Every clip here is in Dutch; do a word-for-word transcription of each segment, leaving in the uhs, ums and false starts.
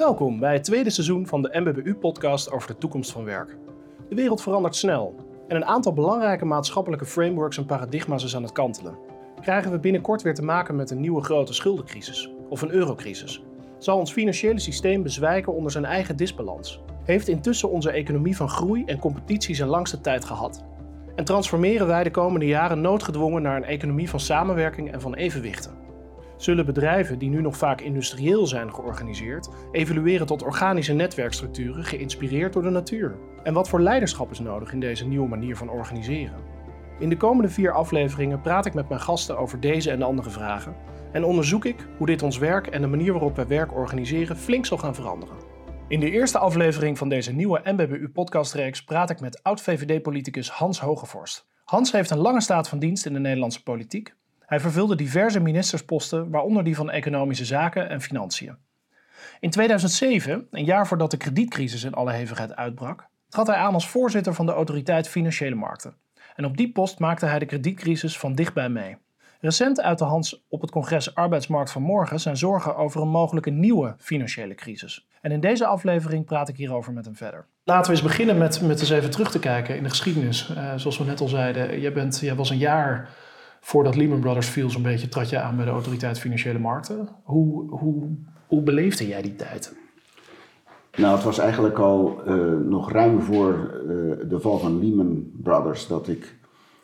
Welkom bij het tweede seizoen van de M B B U-podcast over de toekomst van werk. De wereld verandert snel en een aantal belangrijke maatschappelijke frameworks en paradigma's is aan het kantelen. Krijgen we binnenkort weer te maken met een nieuwe grote schuldencrisis of een eurocrisis? Zal ons financiële systeem bezwijken onder zijn eigen disbalans? Heeft intussen onze economie van groei en competitie zijn langste tijd gehad? En transformeren wij de komende jaren noodgedwongen naar een economie van samenwerking en van evenwichten? Zullen bedrijven die nu nog vaak industrieel zijn georganiseerd, evolueren tot organische netwerkstructuren geïnspireerd door de natuur? En wat voor leiderschap is nodig in deze nieuwe manier van organiseren? In de komende vier afleveringen praat ik met mijn gasten over deze en andere vragen en onderzoek ik hoe dit ons werk en de manier waarop wij werk organiseren flink zal gaan veranderen. In de eerste aflevering van deze nieuwe M B B U-podcastreeks praat ik met oud-V V D-politicus Hans Hogevorst. Hans heeft een lange staat van dienst in de Nederlandse politiek. Hij vervulde diverse ministersposten, waaronder die van Economische Zaken en Financiën. In tweeduizend zeven, een jaar voordat de kredietcrisis in alle hevigheid uitbrak, trad hij aan als voorzitter van de Autoriteit Financiële Markten. En op die post maakte hij de kredietcrisis van dichtbij mee. Recent uitte Hans op het congres Arbeidsmarkt van Morgen zijn zorgen over een mogelijke nieuwe financiële crisis. En in deze aflevering praat ik hierover met hem verder. Laten we eens beginnen met, met eens even terug te kijken in de geschiedenis. Uh, zoals we net al zeiden, jij, bent, jij was een jaar voordat Lehman Brothers viel zo'n beetje, trad je aan bij de Autoriteit Financiële Markten. Hoe, hoe, hoe beleefde jij die tijd? Nou, het was eigenlijk al uh, nog ruim voor uh, de val van Lehman Brothers dat ik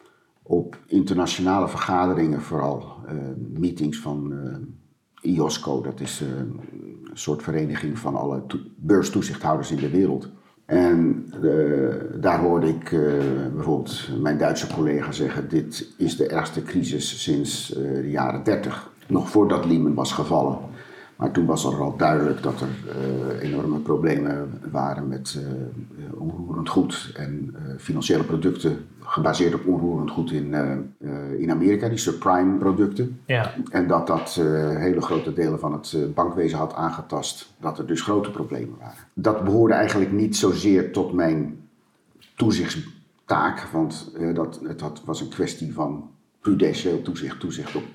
op internationale vergaderingen, vooral uh, meetings van uh, I O S C O, dat is uh, een soort vereniging van alle to- beurstoezichthouders in de wereld. En uh, daar hoorde ik uh, bijvoorbeeld mijn Duitse collega zeggen: dit is de ergste crisis sinds uh, de jaren dertig, nog voordat Lehman was gevallen. Maar toen was er al duidelijk dat er uh, enorme problemen waren met uh, onroerend goed en uh, financiële producten gebaseerd op onroerend goed in, uh, uh, in Amerika, die subprime producten. Ja. En dat dat uh, hele grote delen van het uh, bankwezen had aangetast, dat er dus grote problemen waren. Dat behoorde eigenlijk niet zozeer tot mijn toezichtstaak, want uh, dat, het dat was een kwestie van prudentieel toezicht, toezicht op.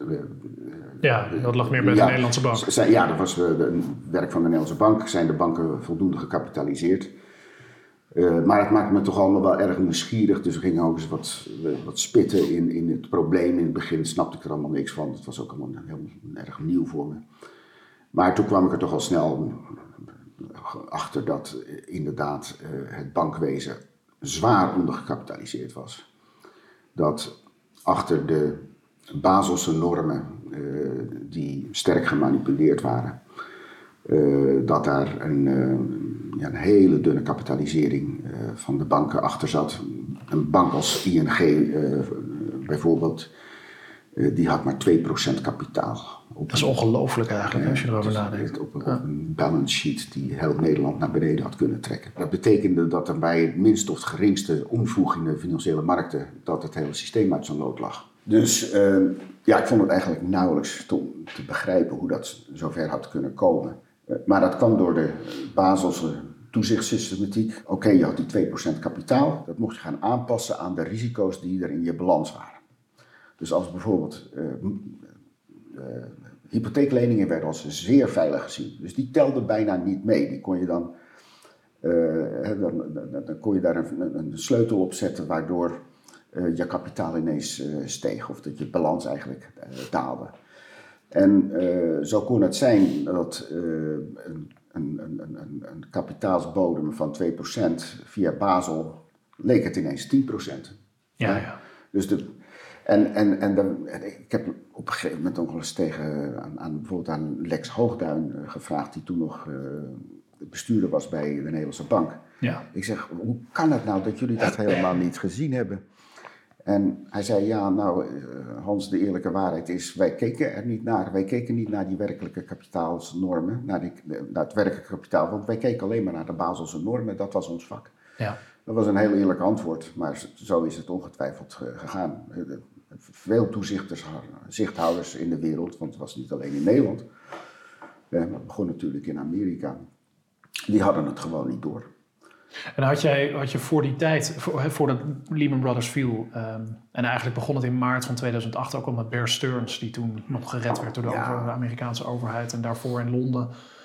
Ja, dat lag meer bij de ja, Nederlandse bank. Zijn, ja, dat was het werk van de Nederlandse bank. Zijn de banken voldoende gecapitaliseerd? Uh, maar het maakte me toch allemaal wel erg nieuwsgierig. Dus we gingen ook eens wat, wat spitten in, in het probleem. In het begin snapte ik er allemaal niks van. Het was ook allemaal heel erg nieuw voor me. Maar toen kwam ik er toch al snel achter dat inderdaad uh, het bankwezen zwaar ondergecapitaliseerd was. Dat achter de Baselse normen uh, die sterk gemanipuleerd waren, uh, dat daar een, uh, ja, een hele dunne kapitalisering uh, van de banken achter zat. Een bank als I N G uh, bijvoorbeeld, uh, die had maar twee procent kapitaal. Dat is ongelooflijk eigenlijk, uh, als je erover nadenkt. Op, op, op een balance sheet die heel Nederland naar beneden had kunnen trekken. Dat betekende dat er bij het minst of het geringste omvoeg in de financiële markten, dat het hele systeem uit zijn lood lag. Dus uh, ja, ik vond het eigenlijk nauwelijks te, te begrijpen hoe dat zover had kunnen komen. Uh, maar dat kwam door de Baselse toezichtssystematiek. Oké, okay, je had die twee procent kapitaal. Dat mocht je gaan aanpassen aan de risico's die er in je balans waren. Dus als bijvoorbeeld uh, uh, hypotheekleningen werden als zeer veilig gezien. Dus die telden bijna niet mee. Die kon je dan, uh, dan, dan, dan kon je daar een, een sleutel op zetten waardoor Uh, je kapitaal ineens uh, steeg of dat je balans eigenlijk uh, daalde. En uh, zo kon het zijn dat uh, een, een, een, een, een kapitaalsbodem van twee procent via Basel leek het ineens tien procent. Ja, ja. Dus de, en en, en, de, en ik heb op een gegeven moment ook wel eens tegen aan, aan, bijvoorbeeld aan Lex Hoogduin uh, gevraagd, die toen nog uh, bestuurder was bij de Nederlandse Bank. Ja. Ik zeg, hoe kan het nou dat jullie dat helemaal niet gezien hebben? En hij zei, ja, nou Hans, de eerlijke waarheid is, wij keken er niet naar. Wij keken niet naar die werkelijke kapitaalsnormen, naar, die, naar het werkelijke kapitaal. Want wij keken alleen maar naar de Baselse normen, dat was ons vak. Ja. Dat was een heel eerlijk antwoord, maar zo is het ongetwijfeld gegaan. Veel toezichters, zichthouders in de wereld, want het was niet alleen in Nederland. Het begon natuurlijk in Amerika. Die hadden het gewoon niet door. En had, jij, had je voor die tijd, voor, voordat Lehman Brothers viel, um, en eigenlijk begon het in maart van tweeduizend acht ook al met Bear Stearns, die toen nog gered werd door de, ja. over, de Amerikaanse overheid en daarvoor in Londen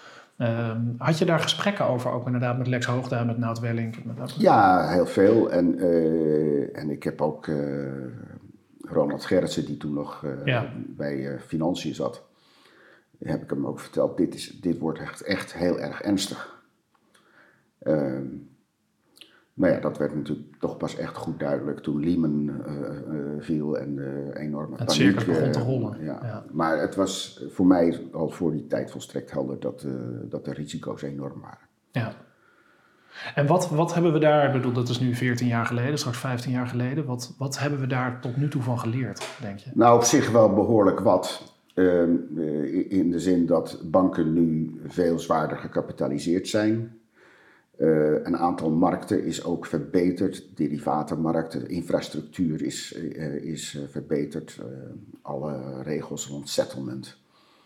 Uh, had je daar gesprekken over, ook inderdaad met Lex Hoogduin, met Nout Welling? Met dat... Ja, heel veel. En, uh, en ik heb ook uh, Ronald Gerritsen, die toen nog uh, ja. bij uh, Financiën zat, heb ik hem ook verteld, dit, is, dit wordt echt, echt heel erg ernstig. Uh, maar ja, dat werd natuurlijk toch pas echt goed duidelijk toen Lehman uh, uh, viel en de uh, enorme het paniek. Het circus begon te rollen. Uh, ja. Ja. Maar het was voor mij al voor die tijd volstrekt helder dat, uh, dat de risico's enorm waren. Ja. En wat, wat hebben we daar, ik bedoel, dat is nu veertien jaar geleden, straks vijftien jaar geleden. Wat, wat hebben we daar tot nu toe van geleerd, denk je? Nou, op zich wel behoorlijk wat. Uh, in de zin dat banken nu veel zwaarder gecapitaliseerd zijn. Uh, een aantal markten is ook verbeterd. Derivatenmarkten, infrastructuur is, uh, is uh, verbeterd. Uh, alle regels rond settlement.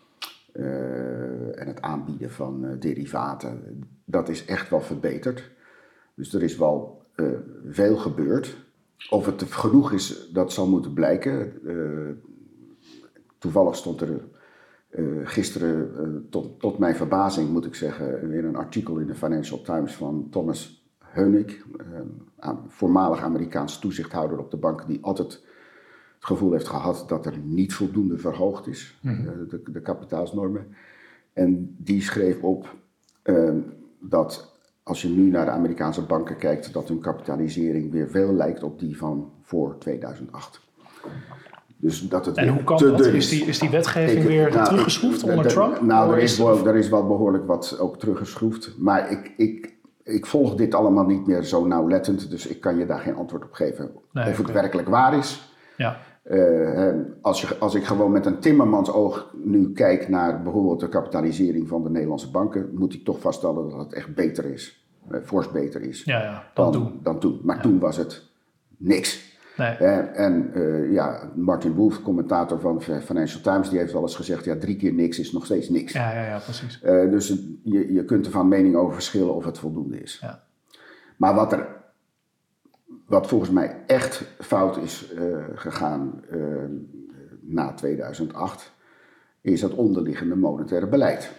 Uh, en het aanbieden van uh, derivaten. Dat is echt wel verbeterd. Dus er is wel uh, veel gebeurd. Of het genoeg is, dat zal moeten blijken. Uh, toevallig stond er uh, gisteren, uh, tot, tot mijn verbazing moet ik zeggen, weer een artikel in de Financial Times van Thomas Heunig, uh, voormalig Amerikaans toezichthouder op de bank, die altijd het gevoel heeft gehad dat er niet voldoende verhoogd is, mm-hmm. uh, de, de kapitaalsnormen. En die schreef op uh, dat als je nu naar de Amerikaanse banken kijkt, dat hun kapitalisering weer veel lijkt op die van voor tweeduizend acht. Dus dat het en hoe kan dat? Is die, is die wetgeving ik, weer nou, teruggeschroefd ik, onder de, Trump? Nou, er is, wel, er is wel behoorlijk wat ook teruggeschroefd. Maar ik, ik, ik volg dit allemaal niet meer zo nauwlettend. Dus ik kan je daar geen antwoord op geven. Nee, of het okay. werkelijk waar is. Ja. Uh, als, je, als ik gewoon met een timmermansoog nu kijk naar bijvoorbeeld de kapitalisering van de Nederlandse banken, moet ik toch vaststellen dat het echt beter is. Uh, fors beter is. Ja, ja, dan, dan, toen. dan toen. Maar ja. toen was het niks. Nee. Uh, en uh, ja, Martin Wolf, commentator van Financial Times, die heeft wel eens gezegd, ja, drie keer niks is nog steeds niks. Ja, ja, ja, precies. Uh, dus je, je kunt er van mening over verschillen of het voldoende is. Ja. Maar wat er, wat volgens mij echt fout is uh, gegaan uh, na tweeduizend acht, is het onderliggende monetaire beleid.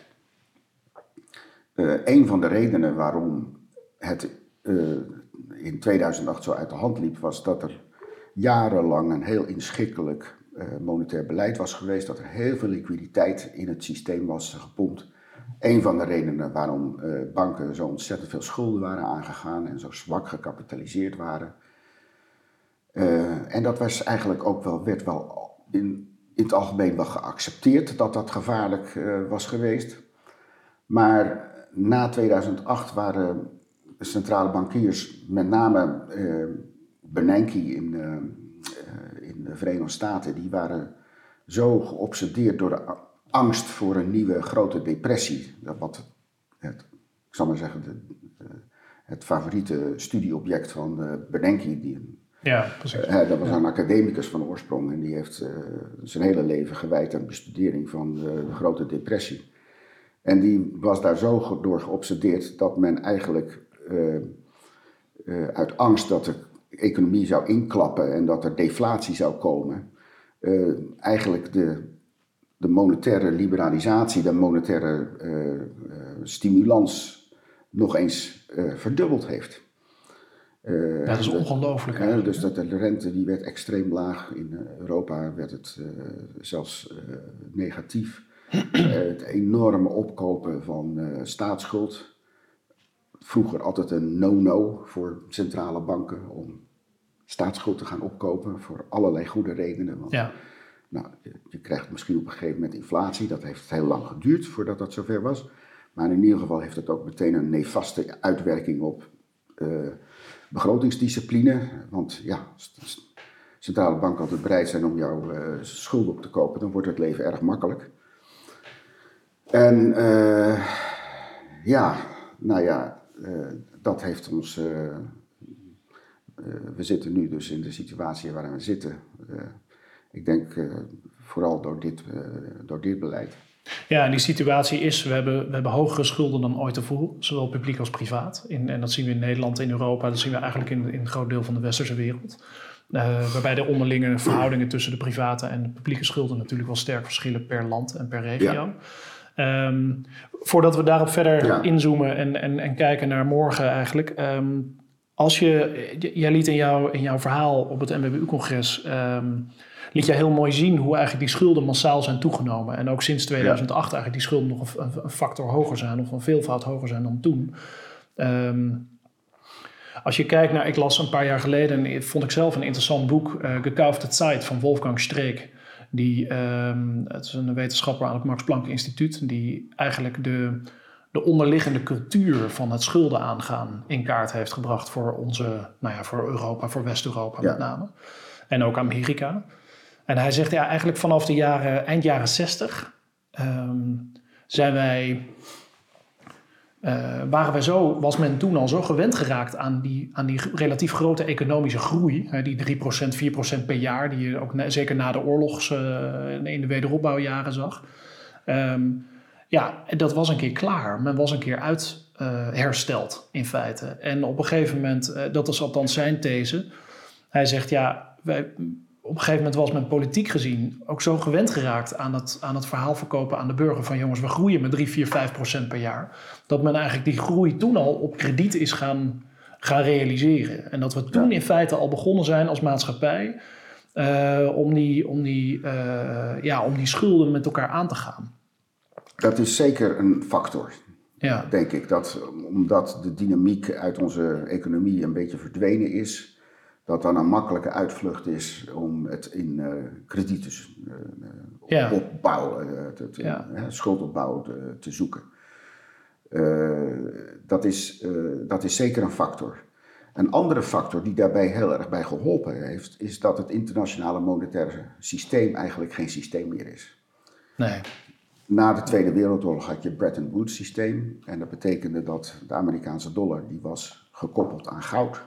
Uh, een van de redenen waarom het uh, in tweeduizend acht zo uit de hand liep, was dat er jarenlang een heel inschikkelijk uh, monetair beleid was geweest, dat er heel veel liquiditeit in het systeem was gepompt. Een van de redenen waarom uh, banken zo ontzettend veel schulden waren aangegaan en zo zwak gecapitaliseerd waren. Uh, en dat was eigenlijk ook wel, werd wel in, in het algemeen wel geaccepteerd dat dat gevaarlijk uh, was geweest. Maar na tweeduizend acht waren de centrale bankiers, met name uh, Bernanke in, uh, uh, in de Verenigde Staten, die waren zo geobsedeerd door de angst voor een nieuwe grote depressie. Dat wat het, ik zal maar zeggen, de, de, het favoriete studieobject van uh, Bernanke. Die, ja, precies. Uh, dat was ja. een academicus van oorsprong en die heeft uh, zijn hele leven gewijd aan bestudering van de, de grote depressie. En die was daar zo door geobsedeerd dat men eigenlijk uh, uh, uit angst dat de economie zou inklappen en dat er deflatie zou komen, uh, eigenlijk de, de monetaire liberalisatie, de monetaire uh, uh, stimulans nog eens uh, verdubbeld heeft. Uh, ja, dat is ongelooflijk. Uh, dus dat de rente die werd extreem laag. In Europa werd het uh, zelfs uh, negatief. Uh, het enorme opkopen van uh, staatsschuld. Vroeger altijd een no-no voor centrale banken om staatsschuld te gaan opkopen voor allerlei goede redenen. Want, ja. nou, je, je krijgt misschien op een gegeven moment inflatie. Dat heeft heel lang geduurd voordat dat zover was. Maar in ieder geval heeft het ook meteen een nefaste uitwerking op uh, begrotingsdiscipline. Want ja, als centrale banken altijd bereid zijn om jouw uh, schuld op te kopen, dan wordt het leven erg makkelijk. En uh, ja, nou ja, uh, dat heeft ons... Uh, uh, we zitten nu dus in de situatie waarin we zitten. Uh, ik denk uh, vooral door dit, uh, door dit beleid. Ja, en die situatie is, we hebben, we hebben hogere schulden dan ooit tevoren, zowel publiek als privaat. In, en dat zien we in Nederland, in Europa, dat zien we eigenlijk in, in een groot deel van de westerse wereld. Uh, waarbij de onderlinge verhoudingen tussen de private en de publieke schulden natuurlijk wel sterk verschillen per land en per regio. Ja. Um, voordat we daarop verder ja. inzoomen en, en, en kijken naar morgen eigenlijk. Um, als je, jij liet in, jou, in jouw verhaal op het M B B U-congres... Um, liet jij heel mooi zien hoe eigenlijk die schulden massaal zijn toegenomen. En ook sinds tweeduizend acht ja. eigenlijk die schulden nog een, een factor hoger zijn... of een veelvoud hoger zijn dan toen. Um, als je kijkt naar... Ik las een paar jaar geleden, vond ik zelf een interessant boek... Uh, Gekaufte Zeit van Wolfgang Streeck... Die, um, het is een wetenschapper aan het Max Planck Instituut... die eigenlijk de, de onderliggende cultuur van het schulden aangaan... in kaart heeft gebracht voor onze, nou ja, voor Europa, voor West-Europa ja. met name. En ook Amerika. En hij zegt, ja, eigenlijk vanaf de jaren, eind jaren zestig... Um, zijn wij... Uh, waren wij zo, was men toen al zo gewend geraakt aan die, aan die relatief grote economische groei. Hè, die drie procent, vier procent per jaar, die je ook na, zeker na de oorlogs, uh, in de wederopbouwjaren zag. Um, ja, dat was een keer klaar. Men was een keer uit uh, hersteld in feite. En op een gegeven moment, uh, dat is althans zijn these. Hij zegt, ja, wij... Op een gegeven moment was men politiek gezien ook zo gewend geraakt aan het, aan het verhaal verkopen aan de burger van jongens, we groeien met drie, vier, vijf procent per jaar. Dat men eigenlijk die groei toen al op krediet is gaan, gaan realiseren. En dat we toen ja. in feite al begonnen zijn als maatschappij uh, om, die, om, die, uh, ja, om die schulden met elkaar aan te gaan. Dat is zeker een factor, ja. denk ik. Dat, omdat de dynamiek uit onze economie een beetje verdwenen is... dat dan een makkelijke uitvlucht is om het in uh, kredieten, uh, ja. opbouw, uh, te, te, ja. uh, schuldopbouw te, te zoeken. Uh, dat, is, uh, dat is zeker een factor. Een andere factor die daarbij heel erg bij geholpen heeft, is dat het internationale monetaire systeem eigenlijk geen systeem meer is. Nee. Na de Tweede Wereldoorlog had je het Bretton Woods systeem en dat betekende dat de Amerikaanse dollar die was gekoppeld aan goud.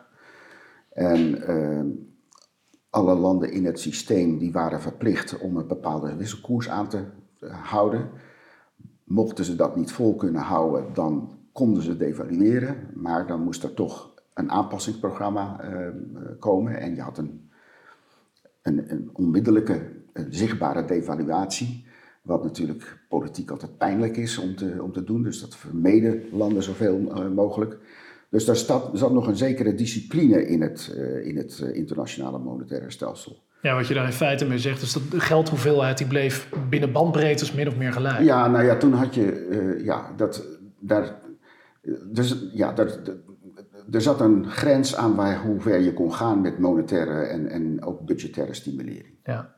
En uh, alle landen in het systeem die waren verplicht om een bepaalde wisselkoers aan te uh, houden. Mochten ze dat niet vol kunnen houden, dan konden ze devalueren. Maar dan moest er toch een aanpassingsprogramma uh, komen. En je had een, een, een onmiddellijke, een zichtbare devaluatie. Wat natuurlijk politiek altijd pijnlijk is om te, om te doen. Dus dat vermeden landen zoveel uh, mogelijk. Dus daar zat, zat nog een zekere discipline in het, uh, in het uh, internationale monetaire stelsel. Ja, wat je daar in feite mee zegt, is dat de geldhoeveelheid die bleef binnen bandbreedtes min of meer gelijk. Ja, nou ja, toen had je, uh, ja, dat, daar, dus, ja, daar, er zat een grens aan waar, hoe ver je kon gaan met monetaire en, en ook budgettaire stimulering. Ja.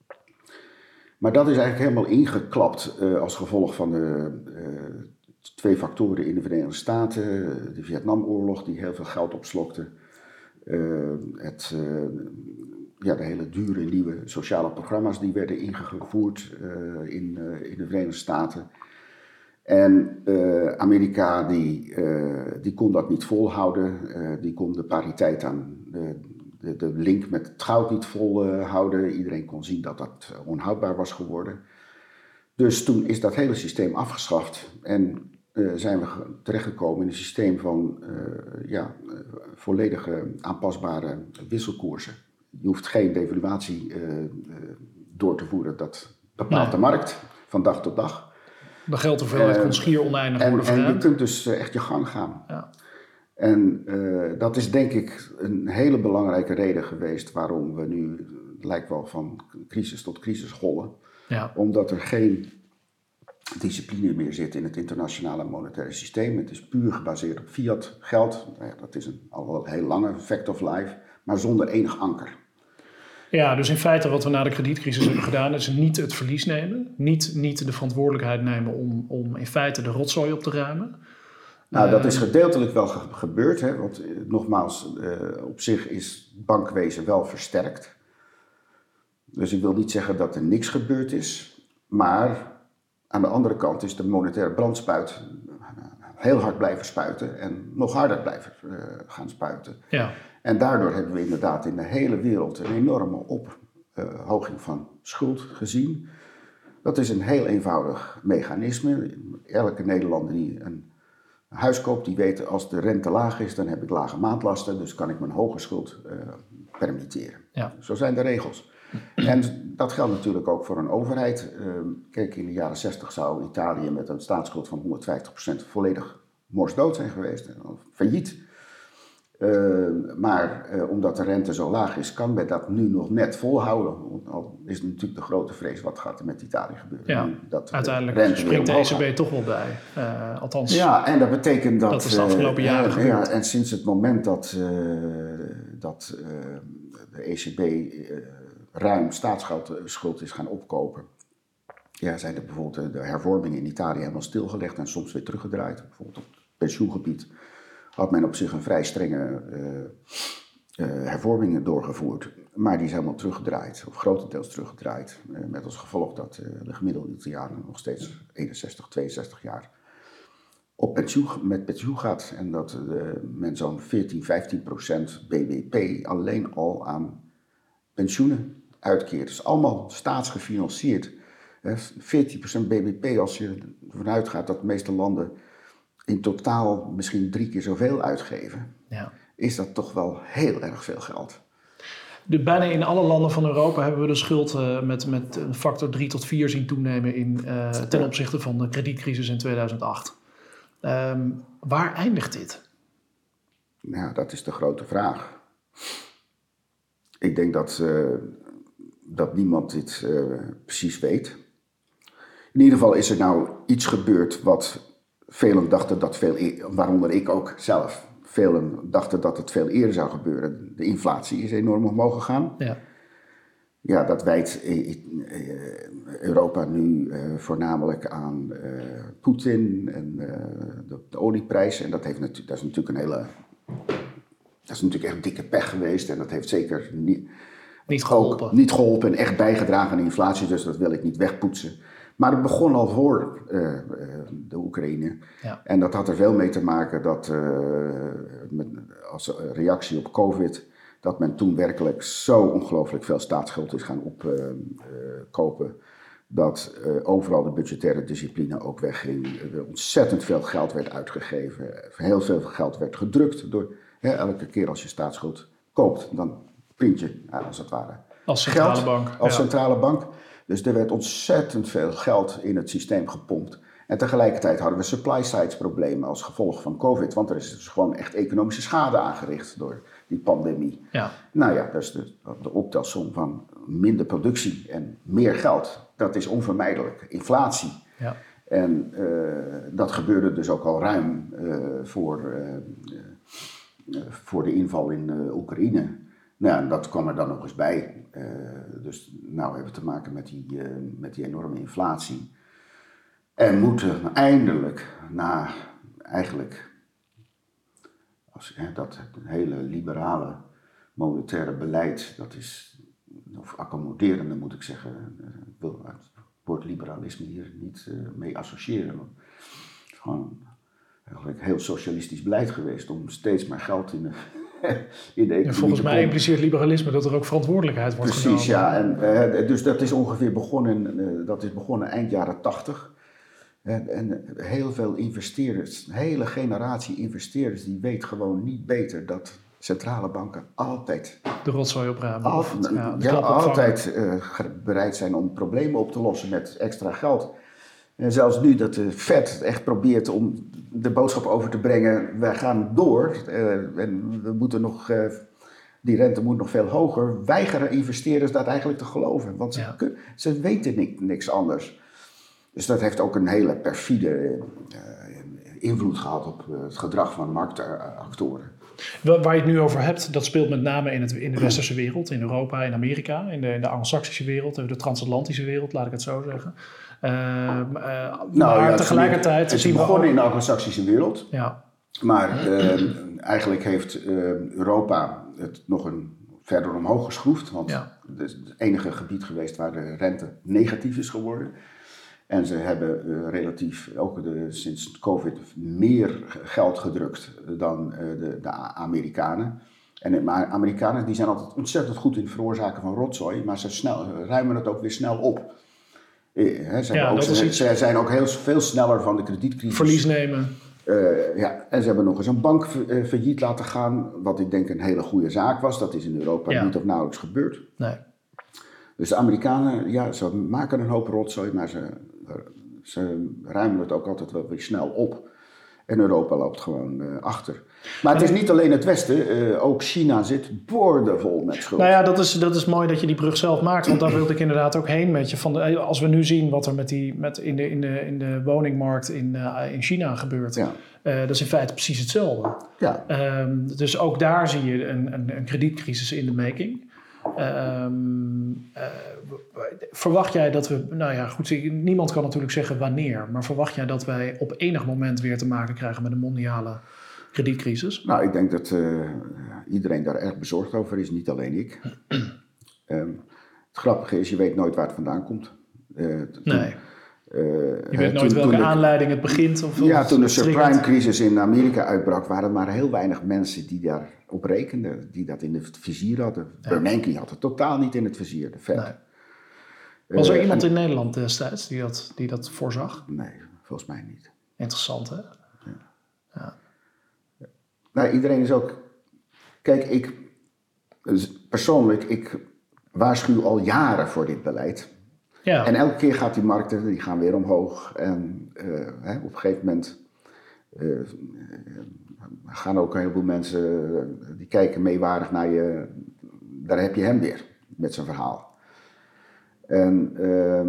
Maar dat is eigenlijk helemaal ingeklapt uh, als gevolg van de... Uh, Twee factoren in de Verenigde Staten, de Vietnamoorlog die heel veel geld opslokte, uh, het, uh, ja, de hele dure nieuwe sociale programma's die werden ingevoerd uh, in, uh, in de Verenigde Staten. En uh, Amerika die, uh, die kon dat niet volhouden, uh, die kon de pariteit aan de, de, de link met het goud niet volhouden. Uh, Iedereen kon zien dat dat onhoudbaar was geworden. Dus toen is dat hele systeem afgeschaft en uh, zijn we terechtgekomen in een systeem van uh, ja, uh, volledige aanpasbare wisselkoersen. Je hoeft geen devaluatie uh, uh, door te voeren, dat bepaalt nee. de markt van dag tot dag. De geldhoeveelheid uh, kon schier oneindig en, worden verruimd. En je kunt dus uh, echt je gang gaan. Ja. En uh, dat is denk ik een hele belangrijke reden geweest waarom we nu, het lijkt wel van crisis tot crisis hollen. Ja. Omdat er geen discipline meer zit in het internationale monetaire systeem. Het is puur gebaseerd op fiat geld. Dat is een, al wel een heel lange fact of life, maar zonder enig anker. Ja, dus in feite wat we na de kredietcrisis hebben gedaan is niet het verlies nemen. Niet, niet de verantwoordelijkheid nemen om, om in feite de rotzooi op te ruimen. Nou, dat is gedeeltelijk wel ge- gebeurd. Hè? Want uh, nogmaals, uh, op zich is bankwezen wel versterkt. Dus ik wil niet zeggen dat er niks gebeurd is. Maar aan de andere kant is de monetaire brandspuit heel hard blijven spuiten. En nog harder blijven uh, gaan spuiten. Ja. En daardoor hebben we inderdaad in de hele wereld een enorme ophoging van schuld gezien. Dat is een heel eenvoudig mechanisme. Elke Nederlander die een huis koopt, die weet als de rente laag is, dan heb ik lage maandlasten. Dus kan ik mijn hoge schuld uh, permitteren. Ja. Zo zijn de regels. En dat geldt natuurlijk ook voor een overheid. Uh, kijk, in de jaren zestig zou Italië met een staatsschuld van honderdvijftig procent volledig morsdood zijn geweest, failliet. Uh, maar uh, omdat de rente zo laag is, kan men dat nu nog net volhouden. Al is het natuurlijk de grote vrees, wat gaat er met Italië gebeuren? Ja, nu dat uiteindelijk springt de E C B toch wel bij. Uh, althans, ja, en dat betekent dat... Dat is de afgelopen uh, jaren gebeurd. Ja, en sinds het moment dat, uh, dat uh, de E C B uh, ruim staatsschuld is gaan opkopen, ja, zijn er bijvoorbeeld de hervormingen in Italië helemaal stilgelegd en soms weer teruggedraaid. Bijvoorbeeld op het pensioengebied had men op zich een vrij strenge uh, uh, hervormingen doorgevoerd. Maar die zijn helemaal teruggedraaid, of grotendeels teruggedraaid. Uh, met als gevolg dat uh, de gemiddelde Italiaan nog steeds eenenzestig, tweeënzestig jaar op pensioen, met pensioen gaat. En dat uh, men zo'n veertien, vijftien procent B B P alleen al aan pensioenen uitkeert. Dus allemaal staatsgefinancierd. Uh, veertien procent B B P, als je ervan uitgaat dat de meeste landen in totaal misschien drie keer zoveel uitgeven, ja, is dat toch wel heel erg veel geld. De, bijna in alle landen van Europa hebben we de schuld uh, met, met een factor drie tot vier zien toenemen in, uh, ten opzichte van de kredietcrisis in tweeduizend acht. Um, waar eindigt dit? Nou, dat is de grote vraag. Ik denk dat, uh, dat niemand dit uh, precies weet. In ieder geval is er nou iets gebeurd wat velen dachten dat veel eerder, waaronder ik ook zelf, velen dachten dat het veel eerder zou gebeuren. De inflatie is enorm omhoog gegaan. Ja, ja dat wijt Europa nu uh, voornamelijk aan uh, Poetin en uh, de, de olieprijs. En dat, heeft natu- dat is natuurlijk een hele, dat is natuurlijk echt dikke pech geweest. En dat heeft zeker niet, niet geholpen. Ook niet geholpen en echt bijgedragen aan de inflatie. Dus dat wil ik niet wegpoetsen. Maar het begon al voor uh, uh, de Oekraïne. Ja. En dat had er veel mee te maken dat uh, met, als reactie op COVID, dat men toen werkelijk zo ongelooflijk veel staatsschuld is gaan opkopen. Uh, uh, dat uh, overal de budgettaire discipline ook wegging. Er ontzettend veel geld werd uitgegeven. Heel veel geld werd gedrukt. Door, hè, elke keer als je staatsschuld koopt, dan print je, uh, als het ware, als centrale geld bank. Als ja. centrale bank. Dus er werd ontzettend veel geld in het systeem gepompt. En tegelijkertijd hadden we supply-side problemen als gevolg van COVID. Want er is dus gewoon echt economische schade aangericht door die pandemie. Ja. Nou ja, dus de, de optelsom van minder productie en meer geld, dat is onvermijdelijk. Inflatie. Ja. En uh, dat gebeurde dus ook al ruim uh, voor, uh, uh, voor de inval in uh, Oekraïne. Nou, en dat kwam er dan nog eens bij. Uh, dus nou hebben we te maken met die, uh, met die enorme inflatie. En moeten eindelijk, na eigenlijk als, hè, dat hele liberale monetaire beleid, dat is, of accommoderende moet ik zeggen, uh, ik wil het woord liberalisme hier niet uh, mee associëren. Want het is gewoon eigenlijk heel socialistisch beleid geweest om steeds maar geld in de in de economie. Ja, volgens mij impliceert liberalisme dat er ook verantwoordelijkheid wordt genomen. Precies, ja. En, uh, dus dat is ongeveer begonnen, uh, dat is begonnen eind jaren tachtig. En, en heel veel investeerders, een hele generatie investeerders, die weet gewoon niet beter dat centrale banken altijd de rotzooi opruimen. Al, of het, ja, ja, altijd uh, bereid zijn om problemen op te lossen met extra geld. En zelfs nu dat de Fed echt probeert om de boodschap over te brengen, wij gaan door uh, en we moeten nog, uh, die rente moet nog veel hoger, weigeren investeerders dat eigenlijk te geloven. Want ze, ja. kun, ze weten niks, niks anders. Dus dat heeft ook een hele perfide uh, invloed gehad op uh, het gedrag van marktactoren. Waar je het nu over hebt, dat speelt met name in, het, in de westerse wereld, in Europa, in Amerika, in de, in de Anglo-Saxische wereld, de transatlantische wereld, laat ik het zo zeggen. Uh, uh, nou, maar ja, tegelijkertijd... Het is begonnen ook in de Anglo-Saxische wereld, ja. maar uh, eigenlijk heeft uh, Europa het nog een verder omhoog geschroefd, want ja. het is het enige gebied geweest waar de rente negatief is geworden. En ze hebben uh, relatief, ook de, sinds COVID, meer geld gedrukt dan uh, de, de Amerikanen. En de Amerikanen die zijn altijd ontzettend goed in het veroorzaken van rotzooi, maar ze snel, ruimen het ook weer snel op. Uh, he, ze, ja, ook, ze, iets... ze zijn ook heel veel sneller van de kredietcrisis. Verlies nemen. Uh, ja, en ze hebben nog eens een bank uh, failliet laten gaan, wat ik denk een hele goede zaak was. Dat is in Europa ja. niet of nauwelijks gebeurd. Nee. Dus de Amerikanen, ja, ze maken een hoop rotzooi, maar ze, ze ruimen het ook altijd wel weer snel op. En Europa loopt gewoon uh, achter. Maar het is niet alleen het Westen, uh, ook China zit boordevol met schuld. Nou ja, dat is, dat is mooi dat je die brug zelf maakt, want daar wilde ik inderdaad ook heen met je. Van de, als we nu zien wat er met die, met in, de, in, de, in de woningmarkt in, uh, in China gebeurt, ja. uh, dat is in feite precies hetzelfde. Ja. Um, dus ook daar zie je een, een, een kredietcrisis in de making. Um, uh, verwacht jij dat we, nou ja goed, niemand kan natuurlijk zeggen wanneer, maar verwacht jij dat wij op enig moment weer te maken krijgen met een mondiale kredietcrisis? Nou, ik denk dat uh, iedereen daar erg bezorgd over is, niet alleen ik. um, het grappige is, je weet nooit waar het vandaan komt. Uh, toen, nee. Uh, je weet nooit toen, welke toen aanleiding het begint. Of ja, of toen de subprime-crisis in Amerika uitbrak, waren er maar heel weinig mensen die daarop rekenden, die dat in het vizier hadden. Ja. Bernanke had het totaal niet in het vizier, de Fed. Nee. Was er uh, iemand en, in Nederland destijds die dat, die dat voorzag? Nee, volgens mij niet. Interessant, hè? Ja. Ja. Nou, iedereen is ook... Kijk, ik... Persoonlijk, ik waarschuw al jaren voor dit beleid. Ja. En elke keer gaat die markten, die gaan weer omhoog. En uh, hè, op een gegeven moment uh, gaan ook een heleboel mensen, uh, die kijken meewarig naar je. Daar heb je hem weer, met zijn verhaal. En uh,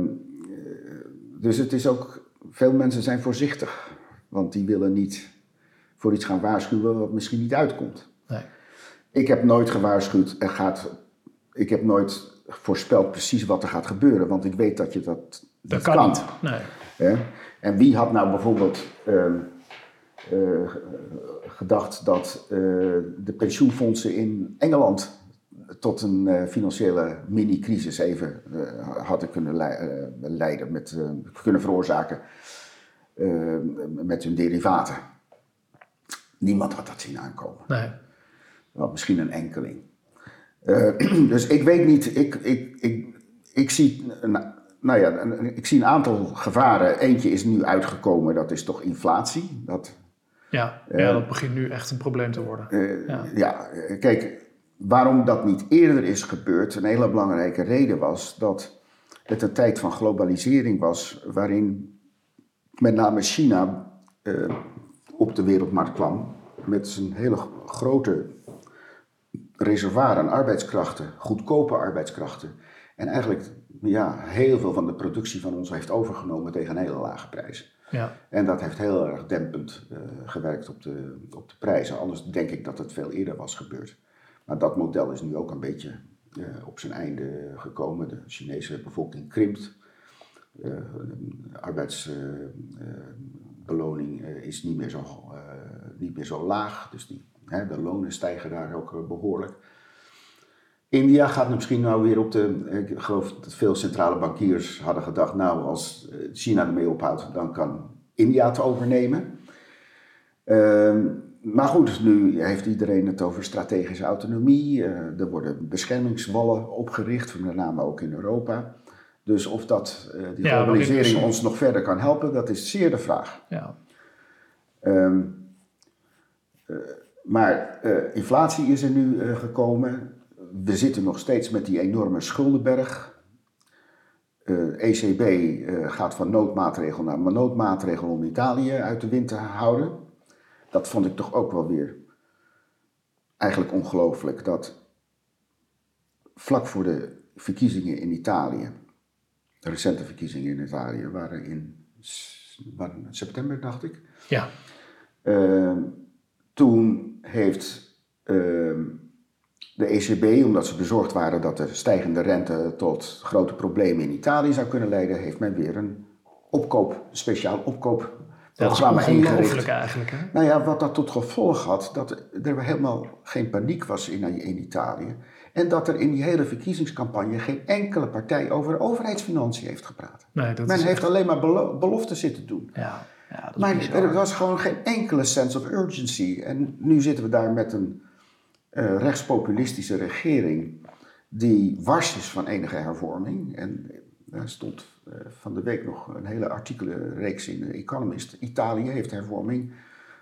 dus het is ook, veel mensen zijn voorzichtig. Want die willen niet voor iets gaan waarschuwen wat misschien niet uitkomt. Nee. Ik heb nooit gewaarschuwd, er gaat, ik heb nooit... voorspelt precies wat er gaat gebeuren, want ik weet dat je dat, dat, dat kan. kan. Niet. Nee. Ja? En wie had nou bijvoorbeeld uh, uh, gedacht dat uh, de pensioenfondsen in Engeland tot een uh, financiële mini-crisis even uh, hadden kunnen le- uh, leiden, met, uh, kunnen veroorzaken uh, met hun derivaten. Niemand had dat zien aankomen. Nee. Wel, misschien een enkeling. Uh, dus ik weet niet, ik, ik, ik, ik, zie, nou ja, ik zie een aantal gevaren. Eentje is nu uitgekomen, dat is toch inflatie. Dat, ja, uh, ja, dat begint nu echt een probleem te worden. Uh, ja. ja, kijk, waarom dat niet eerder is gebeurd, een hele belangrijke reden was dat het een tijd van globalisering was, waarin met name China uh, op de wereldmarkt kwam met zijn hele grote reservoir aan arbeidskrachten, goedkope arbeidskrachten. En eigenlijk ja, heel veel van de productie van ons heeft overgenomen tegen een hele lage prijs. Ja. En dat heeft heel erg dempend uh, gewerkt op de, op de prijzen. Anders denk ik dat het veel eerder was gebeurd. Maar dat model is nu ook een beetje uh, op zijn einde gekomen. De Chinese bevolking krimpt. Uh, de arbeidsbeloning uh, uh, is niet meer, zo, uh, niet meer zo laag. Dus die He, de lonen stijgen daar ook uh, behoorlijk. India gaat misschien nou weer op de... Ik geloof dat veel centrale bankiers hadden gedacht, nou, als China ermee ophoudt, dan kan India het overnemen. Uh, maar goed, nu heeft iedereen het over strategische autonomie. Uh, er worden beschermingswallen opgericht, met name ook in Europa. Dus of dat, uh, die ja, globalisering dus... ons nog verder kan helpen, dat is zeer de vraag. Ja. Um, uh, Maar uh, inflatie is er nu uh, gekomen. We zitten nog steeds met die enorme schuldenberg. Uh, E C B uh, gaat van noodmaatregel naar noodmaatregel om Italië uit de wind te houden. Dat vond ik toch ook wel weer eigenlijk ongelooflijk. Dat vlak voor de verkiezingen in Italië, de recente verkiezingen in Italië, waren in waren september, dacht ik. Ja. Uh, toen heeft uh, de E C B, omdat ze bezorgd waren dat de stijgende rente tot grote problemen in Italië zou kunnen leiden, heeft men weer een opkoop, een speciaal opkoopprogramma ingericht. Dat is ongelooflijk eigenlijk, hè? Nou ja, wat dat tot gevolg had, dat er helemaal geen paniek was in, in Italië. En dat er in die hele verkiezingscampagne geen enkele partij over overheidsfinanciën heeft gepraat. Nee, dat men heeft echt... alleen maar belo- beloften zitten doen. Ja. Ja, dat maar bizar. Er was gewoon geen enkele sense of urgency. En nu zitten we daar met een uh, rechtspopulistische regering die wars is van enige hervorming. En er stond uh, van de week nog een hele artikelenreeks in The Economist. Italië heeft hervorming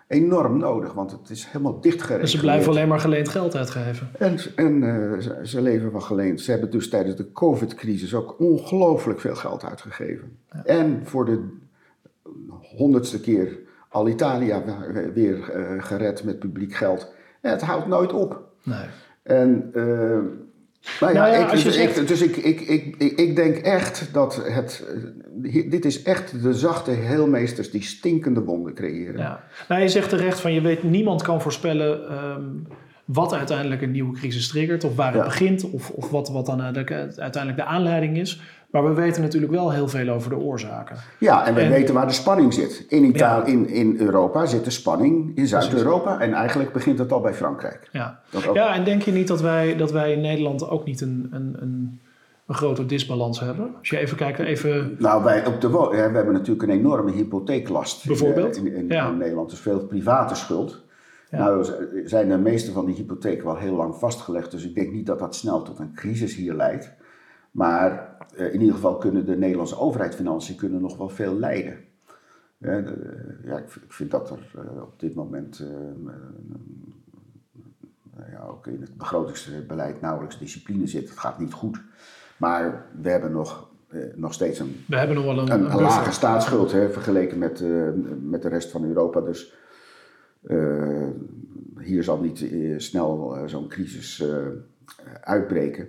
enorm nodig, want het is helemaal dichtgereguleerd. Dus ze blijven alleen maar geleend geld uitgeven. En, en uh, ze, ze leven van geleend. Ze hebben dus tijdens de COVID-crisis ook ongelooflijk veel geld uitgegeven. Ja. En voor de honderdste keer Alitalia weer uh, gered met publiek geld. En het houdt nooit op. Nee. En... Uh, Nou ja, nou ja ik, dus, zegt... ik, dus ik, ik, ik, ik, ik denk echt dat het... Dit is echt de zachte heelmeesters die stinkende wonden creëren. Ja. Nou, je zegt terecht van je weet, niemand kan voorspellen um, wat uiteindelijk een nieuwe crisis triggert. Of waar het ja. begint. Of, of wat, wat dan uiteindelijk de aanleiding is. Maar we weten natuurlijk wel heel veel over de oorzaken. Ja, en we en, weten waar de spanning zit. In, Italië, ja. in, in Europa zit de spanning in Zuid-Europa. En eigenlijk begint het al bij Frankrijk. Ja, ja en denk je niet dat wij, dat wij in Nederland ook niet een, een, een, een grote disbalans hebben? Als je even kijkt, even... Nou, wij op de, we hebben natuurlijk een enorme hypotheeklast. Bijvoorbeeld? In, in, ja. in Nederland. Dus veel private schuld. Ja. Nou zijn de meeste van die hypotheken wel heel lang vastgelegd. Dus ik denk niet dat dat snel tot een crisis hier leidt. Maar uh, in ieder geval kunnen de Nederlandse overheidsfinanciën kunnen nog wel veel lijden. Uh, de, ja, ik, ik vind dat er uh, op dit moment uh, uh, ja, ook in het begrotingsbeleid nauwelijks discipline zit. Het gaat niet goed. Maar we hebben nog, uh, nog steeds een, we hebben nog wel een, een, een, een lage staatsschuld hè, vergeleken met, uh, met de rest van Europa. Dus uh, hier zal niet uh, snel uh, zo'n crisis uh, uitbreken.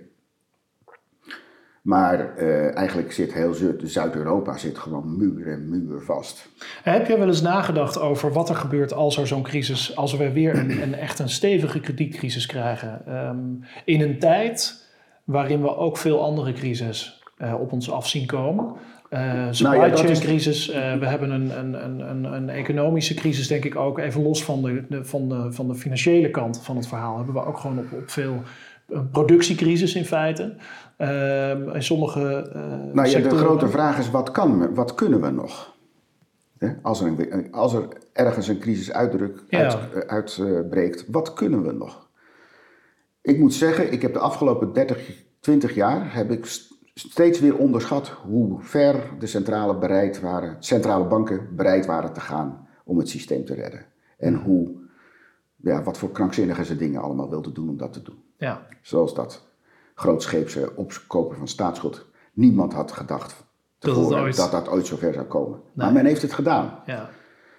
Maar uh, eigenlijk zit heel Zuid-Europa zit gewoon muur en muur vast. Heb je wel eens nagedacht over wat er gebeurt als er zo'n crisis, als we weer een, een echt een stevige kredietcrisis krijgen? Um, in een tijd waarin we ook veel andere crises uh, op ons af zien komen. Uh, supply nou ja, chain is... crisis, uh, we hebben een, een, een, een economische crisis denk ik ook. Even los van de, de, van, de, van de financiële kant van het verhaal hebben we ook gewoon op, op veel... Een productiecrisis in feite. Uh, in sommige uh, nou ja, sectoren... De grote vraag is, wat, kan, wat kunnen we nog? He? Als, er een, als er ergens een crisis uitdruk, ja. uit, uitbreekt, uh, wat kunnen we nog? Ik moet zeggen, ik heb de afgelopen dertig, twintig jaar... heb ik steeds weer onderschat hoe ver de centrale, bereid waren, centrale banken bereid waren te gaan om het systeem te redden. En hmm. hoe, ja, wat voor krankzinnige ze dingen allemaal wilden doen om dat te doen. Ja. Zoals dat grootscheepse opkopen van staatsschuld. Niemand had gedacht tevoren dat, ooit... dat dat ooit zover zou komen. Nee. Maar men heeft het gedaan. Ja.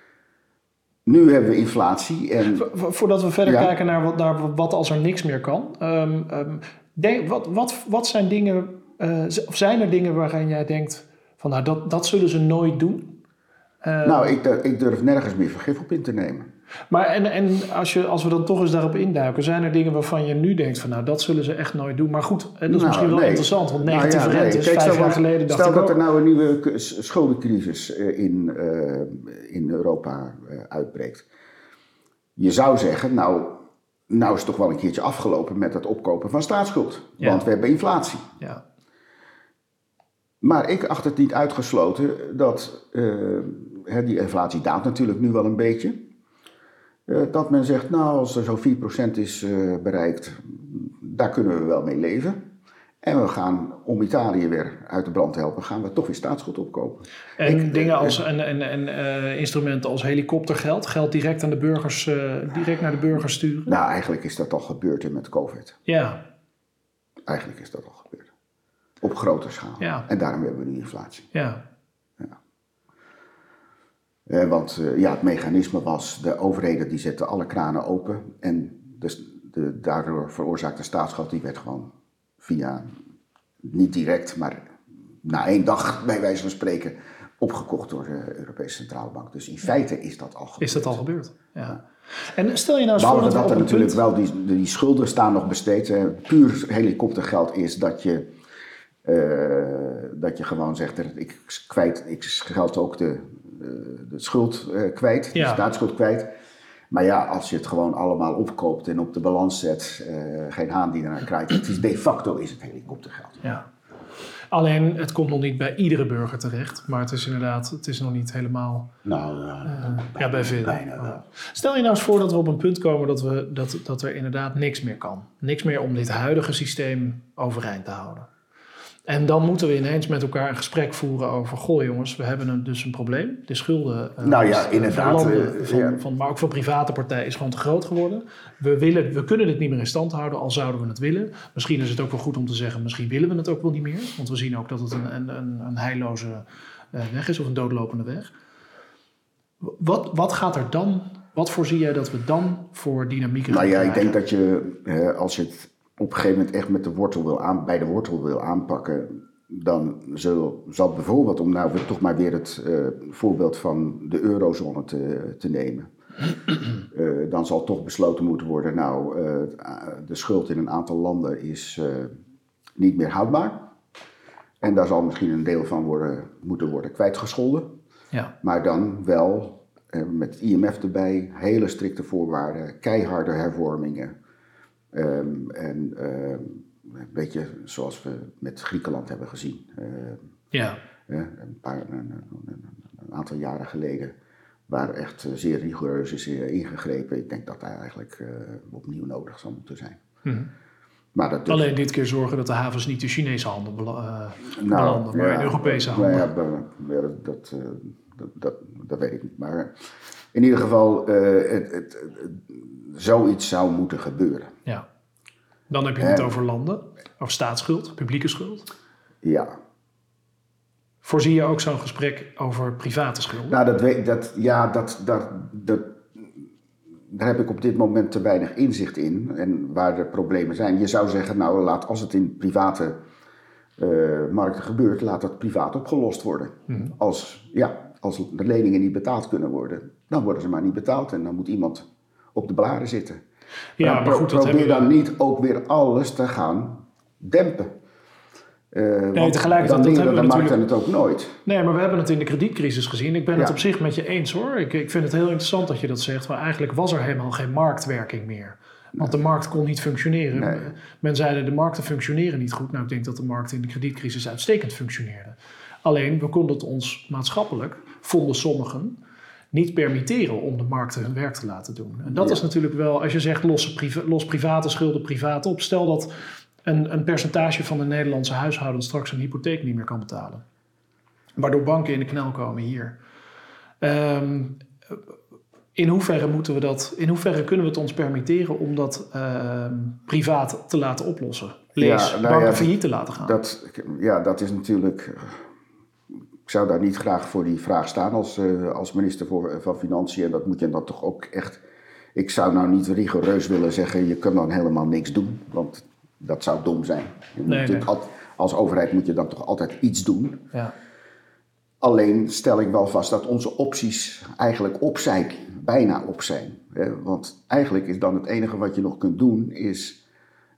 Nu hebben we inflatie. En... Vo- voordat we verder ja. kijken naar wat, naar wat als er niks meer kan. Um, um, denk, wat, wat, wat zijn dingen, uh, of zijn er dingen waarin jij denkt van nou dat, dat zullen ze nooit doen? Uh, nou, ik, ik durf nergens meer vergif op in te nemen. Maar en, en als, je, als we dan toch eens daarop induiken, zijn er dingen waarvan je nu denkt van nou dat zullen ze echt nooit doen. Maar goed, dat is nou, misschien wel nee. interessant, want negatieve nou ja, rente nee. is vijf jaar geleden dacht Stel ik dat ook. er nou een nieuwe schuldencrisis in, uh, in Europa uh, uitbreekt. Je zou zeggen, nou, nou is het toch wel een keertje afgelopen met het opkopen van staatsschuld. Ja. Want we hebben inflatie. Ja. Maar ik acht het niet uitgesloten dat uh, die inflatie daalt natuurlijk nu wel een beetje. Uh, dat men zegt, nou als er zo'n vier procent is uh, bereikt, daar kunnen we wel mee leven. En we gaan, om Italië weer uit de brand te helpen, gaan we toch weer staatsschuld opkopen. En ik, dingen uh, als, en, en, en uh, instrumenten als helikoptergeld, geld direct aan de burgers, uh, direct naar de burgers sturen? Nou, eigenlijk is dat al gebeurd met COVID. Ja. Eigenlijk is dat al gebeurd. Op grote schaal. Ja. En daarom hebben we nu inflatie. Ja. Ja. Eh, want uh, ja, het mechanisme was, de overheden die zetten alle kranen open. En de, de, daardoor veroorzaakte staatsschuld, die werd gewoon via, niet direct, maar na één dag bij wijze van spreken, opgekocht door de Europese Centrale Bank. Dus in feite is dat al gebeurd. Is dat al gebeurd, ja. ja. En stel je nou eens Behalve voor dat, dat er natuurlijk punt... wel, die, die schulden staan nog besteed. Eh, puur helikoptergeld is dat je, uh, dat je gewoon zegt, ik kwijt, ik geld ook de, de, de schuld uh, kwijt, ja. de staatsschuld kwijt. Maar ja, als je het gewoon allemaal opkoopt en op de balans zet, uh, geen haan die ernaar krijgt, het is de facto is het helikoptergeld. Ja. Alleen, het komt nog niet bij iedere burger terecht, maar het is inderdaad, het is nog niet helemaal... Nou, ja, uh, bijna, ja, bij veel. Bijna wel. Stel je nou eens voor dat we op een punt komen dat, we, dat, dat er inderdaad niks meer kan. Niks meer om dit huidige systeem overeind te houden. En dan moeten we ineens met elkaar een gesprek voeren over... goh jongens, we hebben een, dus een probleem. De schulden uh, nou ja, van inderdaad, landen, uh, van, ja. van, maar ook van private partijen... is gewoon te groot geworden. We, willen, we kunnen dit niet meer in stand houden, al zouden we het willen. Misschien is het ook wel goed om te zeggen... misschien willen we het ook wel niet meer. Want we zien ook dat het een, een, een, een heilloze uh, weg is of een doodlopende weg. Wat, wat gaat er dan... Wat voorzie jij dat we dan voor dynamieken gaan Nou ja, krijgen? ik denk dat je, hè, als je het op een gegeven moment echt met de wortel wil aan, bij de wortel wil aanpakken, dan zal, zal bijvoorbeeld, om nou weer, toch maar weer het uh, voorbeeld van de eurozone te, te nemen, uh, dan zal toch besloten moeten worden, nou, uh, de schuld in een aantal landen is uh, niet meer houdbaar. En daar zal misschien een deel van worden, moeten worden kwijtgescholden. Ja. Maar dan wel... met het I M F erbij, hele strikte voorwaarden, keiharde hervormingen. Um, en um, een beetje zoals we met Griekenland hebben gezien. Uh, ja. Uh, een, paar, een, een, een aantal jaren geleden, waar echt zeer rigoureus is ingegrepen. Ik denk dat daar eigenlijk uh, opnieuw nodig zal moeten zijn. Mm-hmm. Maar dat dus... Alleen dit keer zorgen dat de havens niet de Chinese handen bela- uh, nou, belanden, maar ja, in Europese handen. Ja, ja, dat, dat, uh, dat, dat, dat weet ik niet. Maar in ieder geval, uh, het, het, het, zoiets zou moeten gebeuren. Ja. Dan heb je het en, over landen, over staatsschuld, publieke schuld. Ja. Voorzie je ook zo'n gesprek over private schulden? Nou, dat weet, dat, ja, dat, dat, dat, daar heb ik op dit moment te weinig inzicht in. En waar de problemen zijn. Je zou zeggen, nou, laat, als het in private uh, markten gebeurt, laat dat privaat opgelost worden. Mm-hmm. Als, ja, als de leningen niet betaald kunnen worden, dan worden ze maar niet betaald. En dan moet iemand op de blaren zitten. Ja, maar, maar goed, probeer dat dan we... niet ook weer alles te gaan dempen. Uh, nee, tegelijkertijd dan dat hebben we natuurlijk... het ook nooit. Nee, maar we hebben het in de kredietcrisis gezien. Ik ben ja. het op zich met je eens hoor. Ik, ik vind het heel interessant dat je dat zegt. Maar eigenlijk was er helemaal geen marktwerking meer. Want nee. de markt kon niet functioneren. Nee. Men zeiden de markten functioneren niet goed. Nou, ik denk dat de markt in de kredietcrisis uitstekend functioneerde. Alleen, we konden het ons maatschappelijk, vonden sommigen, niet permitteren om de markten hun werk te laten doen. En dat ja. is natuurlijk wel, als je zegt los, priva- los private schulden privaat op. Stel dat een, een percentage van de Nederlandse huishoudens straks een hypotheek niet meer kan betalen. Waardoor banken in de knel komen hier. Um, in hoeverre moeten we dat, in hoeverre kunnen we het ons permitteren om dat uh, privaat te laten oplossen? Lees, ja, nou banken ja, failliet te laten gaan. Dat, ja, dat is natuurlijk... Ik zou daar niet graag voor die vraag staan als, uh, als minister voor, van Financiën. En dat moet je dan toch ook echt... Ik zou nou niet rigoureus willen zeggen, je kunt dan helemaal niks doen. Want dat zou dom zijn. Je moet nee, nee. Altijd, als overheid moet je dan toch altijd iets doen. Ja. Alleen stel ik wel vast dat onze opties eigenlijk op zijn. Bijna op zijn. Hè? Want eigenlijk is dan het enige wat je nog kunt doen is...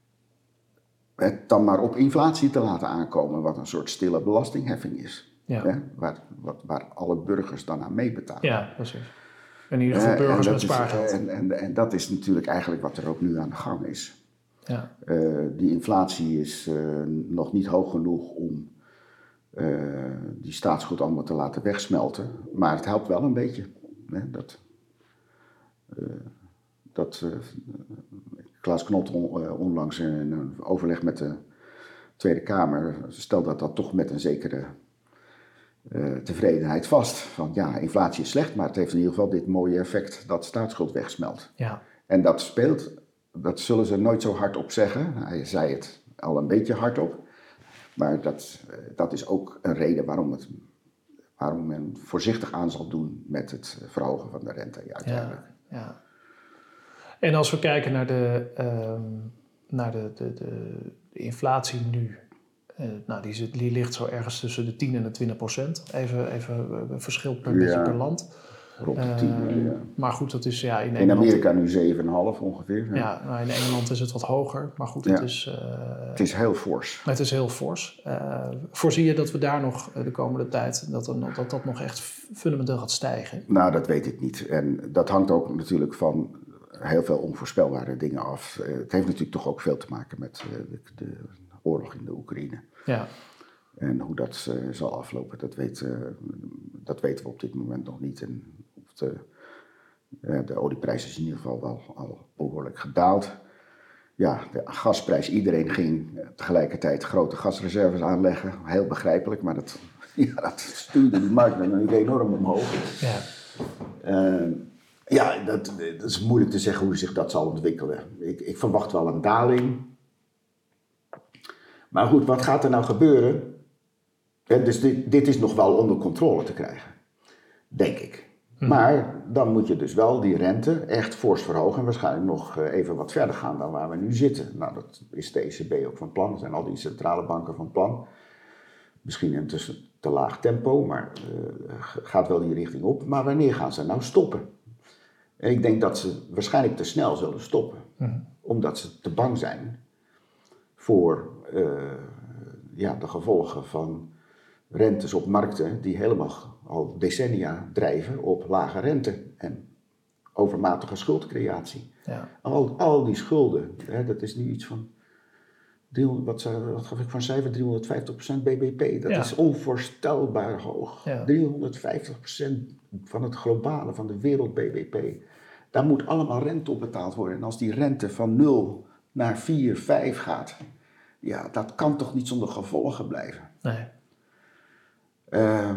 het dan maar op inflatie te laten aankomen. Wat een soort stille belastingheffing is. Ja. Hè? Waar, wat, waar alle burgers dan aan meebetalen. Ja, precies. In ieder geval burgers uh, met spaargeld. En, en, en dat is natuurlijk eigenlijk wat er ook nu aan de gang is. Ja. Uh, die inflatie is uh, nog niet hoog genoeg om uh, die staatsschuld allemaal te laten wegsmelten. Maar het helpt wel een beetje. Hè? Dat, uh, dat uh, Klaas Knot on, uh, onlangs in een overleg met de Tweede Kamer stelt dat dat toch met een zekere... Uh, tevredenheid vast. Van ja, inflatie is slecht, maar het heeft in ieder geval dit mooie effect dat staatsschuld wegsmelt. Ja. En dat speelt, dat zullen ze nooit zo hardop zeggen. Hij zei het al een beetje hardop. Maar dat, uh, dat is ook een reden waarom, het, waarom men voorzichtig aan zal doen met het verhogen van de rente. Ja, uiteindelijk. Ja, ja. En als we kijken naar de, um, naar de, de, de, de inflatie nu... Uh, nou, die, zit, die ligt zo ergens tussen de tien en de twintig procent. Even, even uh, verschil per, ja, beetje per land. Rond de tien, uh, ja. Maar goed, dat is ja, in, in Engeland... Amerika nu zeven komma vijf ongeveer. Ja, ja nou, in Engeland is het wat hoger. Maar goed, het ja. is... Uh, het is heel fors. Het is heel fors. Uh, voorzie je dat we daar nog uh, de komende tijd... Dat, er, dat dat nog echt fundamenteel gaat stijgen? Nou, dat weet ik niet. En dat hangt ook natuurlijk van heel veel onvoorspelbare dingen af. Uh, het heeft natuurlijk toch ook veel te maken met uh, de... de oorlog in de Oekraïne. Ja. En hoe dat uh, zal aflopen, dat, weet, uh, dat weten we op dit moment nog niet. En of de, uh, de olieprijs is in ieder geval wel al behoorlijk gedaald. ja, de gasprijs, iedereen ging tegelijkertijd grote gasreserves aanleggen. Heel begrijpelijk, maar dat, ja, dat stuurde de markt natuurlijk enorm omhoog. Ja, uh, ja dat, dat is moeilijk te zeggen hoe zich dat zal ontwikkelen. Ik, ik verwacht wel een daling. Maar goed, wat gaat er nou gebeuren? Ja, dus dit, dit is nog wel onder controle te krijgen, denk ik. Hm. Maar dan moet je dus wel die rente echt fors verhogen en waarschijnlijk nog even wat verder gaan dan waar we nu zitten. Nou, dat is de E C B ook van plan, dat zijn al die centrale banken van plan. Misschien in een te laag tempo, maar uh, gaat wel die richting op. Maar wanneer gaan ze nou stoppen? En ik denk dat ze waarschijnlijk te snel zullen stoppen, hm. omdat ze te bang zijn voor uh, ja, de gevolgen van rentes op markten die helemaal al decennia drijven op lage rente en overmatige schuldcreatie. Ja. Al, al die schulden, hè, dat is nu iets van, wat, wat gaf ik van cijfer, driehonderdvijftig procent B B P. Dat ja. is onvoorstelbaar hoog. Ja. driehonderdvijftig procent van het globale, van de wereld B B P. Daar moet allemaal rente op betaald worden. En als die rente van nul naar vier, vijf gaat, ja, dat kan toch niet zonder gevolgen blijven. Nee. Uh,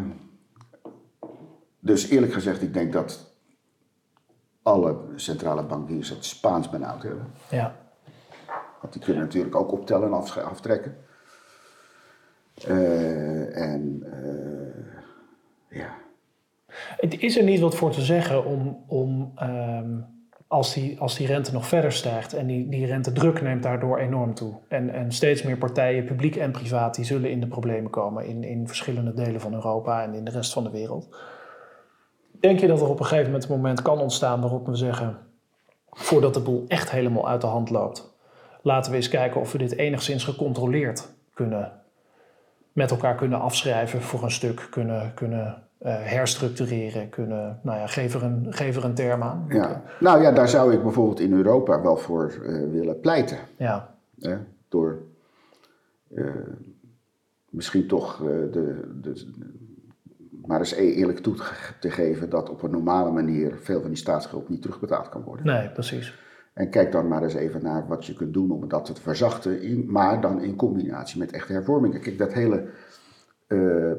dus eerlijk gezegd, ik denk dat alle centrale bankiers het Spaans benauwd hebben. Ja. Want die kunnen natuurlijk ook optellen en af, aftrekken. Uh, en uh, ja. Het is er niet wat voor te zeggen om, om um, als, die, als die rente nog verder stijgt en die, die rentedruk neemt daardoor enorm toe. En, en steeds meer partijen, publiek en privaat, die zullen in de problemen komen in, in verschillende delen van Europa en in de rest van de wereld. Denk je dat er op een gegeven moment een moment kan ontstaan waarop we zeggen, voordat de boel echt helemaal uit de hand loopt, laten we eens kijken of we dit enigszins gecontroleerd kunnen, met elkaar kunnen afschrijven voor een stuk, kunnen, kunnen uh, herstructureren, kunnen, nou ja, geef er een, geef er een term aan. Ja. Nou ja, daar zou ik bijvoorbeeld in Europa wel voor uh, willen pleiten. Ja. Eh, door uh, misschien toch uh, de, de, maar eens eerlijk toe te geven dat op een normale manier veel van die staatsschuld niet terugbetaald kan worden. Nee, precies. En kijk dan maar eens even naar wat je kunt doen om dat te verzachten, in, maar dan in combinatie met echte hervormingen. Kijk, dat hele, uh, uh,